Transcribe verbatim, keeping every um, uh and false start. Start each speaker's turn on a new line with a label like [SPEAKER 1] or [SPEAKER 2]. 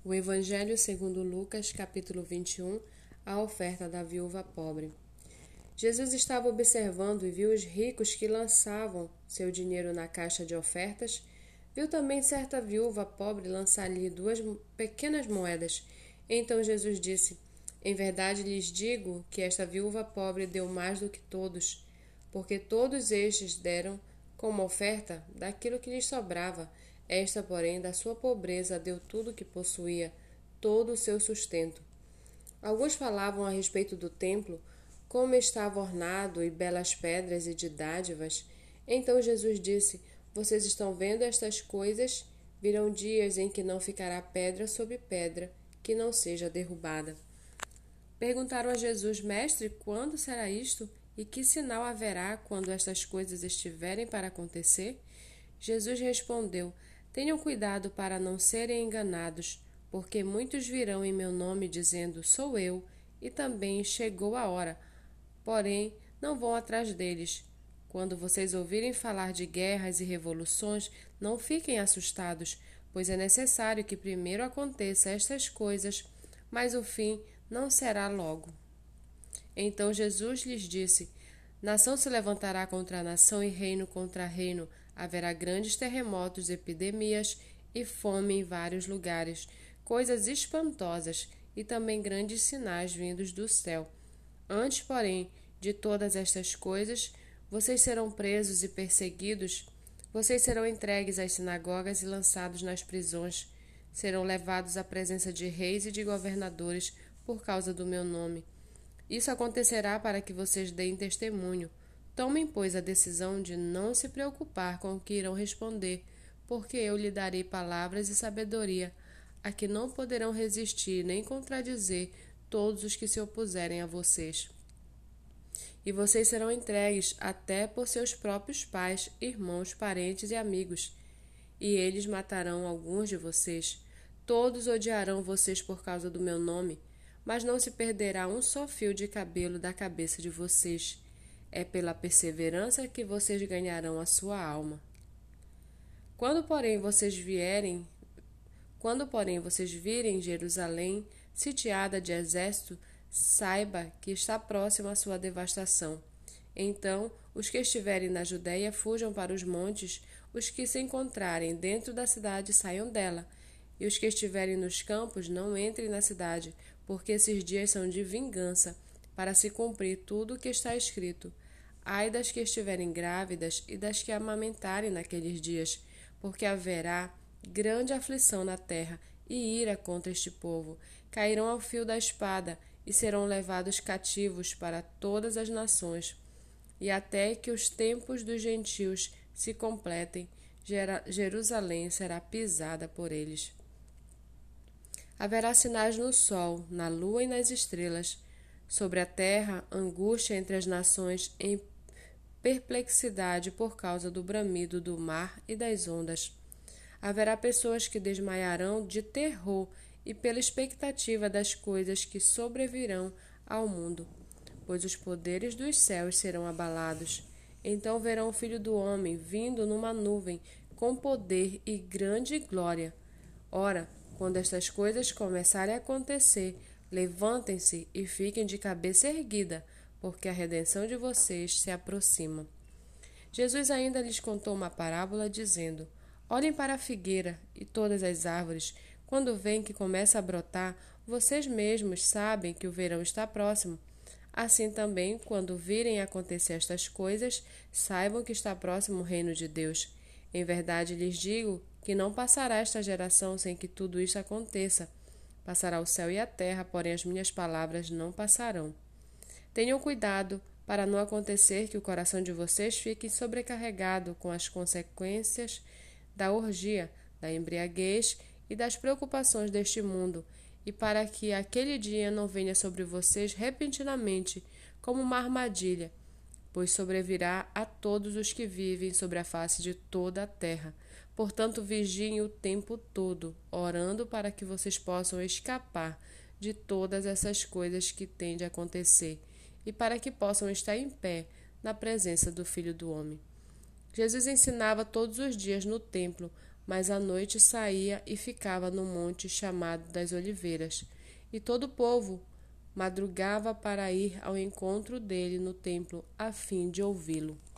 [SPEAKER 1] O Evangelho segundo Lucas, capítulo vinte e um, a oferta da viúva pobre. Jesus estava observando e viu os ricos que lançavam seu dinheiro na caixa de ofertas. Viu também certa viúva pobre lançar-lhe duas pequenas moedas. Então Jesus disse: Em verdade lhes digo que esta viúva pobre deu mais do que todos, porque todos estes deram como oferta daquilo que lhes sobrava. Esta, porém, da sua pobreza deu tudo o que possuía, todo o seu sustento. Alguns falavam a respeito do templo, como estava ornado e belas pedras e de dádivas. Então Jesus disse: Vocês estão vendo estas coisas? Virão dias em que não ficará pedra sobre pedra, que não seja derrubada. Perguntaram a Jesus: Mestre, quando será isto? E que sinal haverá quando estas coisas estiverem para acontecer? Jesus respondeu: Tenham cuidado para não serem enganados, porque muitos virão em meu nome dizendo: Sou eu, e também chegou a hora. Porém, não vão atrás deles. Quando vocês ouvirem falar de guerras e revoluções, não fiquem assustados, pois é necessário que primeiro aconteça estas coisas, mas o fim não será logo. Então Jesus lhes disse: Nação se levantará contra nação e reino contra reino. Haverá grandes terremotos, epidemias e fome em vários lugares, coisas espantosas e também grandes sinais vindos do céu. Antes, porém, de todas estas coisas, vocês serão presos e perseguidos, vocês serão entregues às sinagogas e lançados nas prisões, serão levados à presença de reis e de governadores por causa do meu nome. Isso acontecerá para que vocês deem testemunho. Tomem, pois, a decisão de não se preocupar com o que irão responder, porque eu lhe darei palavras e sabedoria, a que não poderão resistir nem contradizer todos os que se opuserem a vocês. E vocês serão entregues até por seus próprios pais, irmãos, parentes e amigos, e eles matarão alguns de vocês. Todos odiarão vocês por causa do meu nome, mas não se perderá um só fio de cabelo da cabeça de vocês. É pela perseverança que vocês ganharão a sua alma. Quando, porém, vocês vierem, quando, porém, vocês virem Jerusalém sitiada de exército, saiba que está próxima a sua devastação. Então, os que estiverem na Judéia fujam para os montes, os que se encontrarem dentro da cidade saiam dela, e os que estiverem nos campos não entrem na cidade, porque esses dias são de vingança, para se cumprir tudo o que está escrito. Ai das que estiverem grávidas e das que amamentarem naqueles dias, porque haverá grande aflição na terra e ira contra este povo. Cairão ao fio da espada e serão levados cativos para todas as nações. E até que os tempos dos gentios se completem, Jerusalém será pisada por eles. Haverá sinais no sol, na lua e nas estrelas. Sobre a terra, angústia entre as nações em perplexidade por causa do bramido do mar e das ondas. Haverá pessoas que desmaiarão de terror e pela expectativa das coisas que sobrevirão ao mundo, pois os poderes dos céus serão abalados. Então verão o Filho do Homem vindo numa nuvem, com poder e grande glória. Ora, quando estas coisas começarem a acontecer, levantem-se e fiquem de cabeça erguida, porque a redenção de vocês se aproxima. Jesus ainda lhes contou uma parábola, dizendo: Olhem para a figueira e todas as árvores. Quando veem que começa a brotar, vocês mesmos sabem que o verão está próximo. Assim também, quando virem acontecer estas coisas, saibam que está próximo o reino de Deus. Em verdade lhes digo que não passará esta geração sem que tudo isto aconteça. Passará o céu e a terra, porém as minhas palavras não passarão. Tenham cuidado para não acontecer que o coração de vocês fique sobrecarregado com as consequências da orgia, da embriaguez e das preocupações deste mundo, e para que aquele dia não venha sobre vocês repentinamente como uma armadilha, pois sobrevirá a todos os que vivem sobre a face de toda a terra. Portanto, vigiem o tempo todo, orando para que vocês possam escapar de todas essas coisas que têm de acontecer, e para que possam estar em pé na presença do Filho do Homem. Jesus ensinava todos os dias no templo, mas à noite saía e ficava no monte chamado das Oliveiras, e todo o povo madrugava para ir ao encontro dele no templo, a fim de ouvi-lo.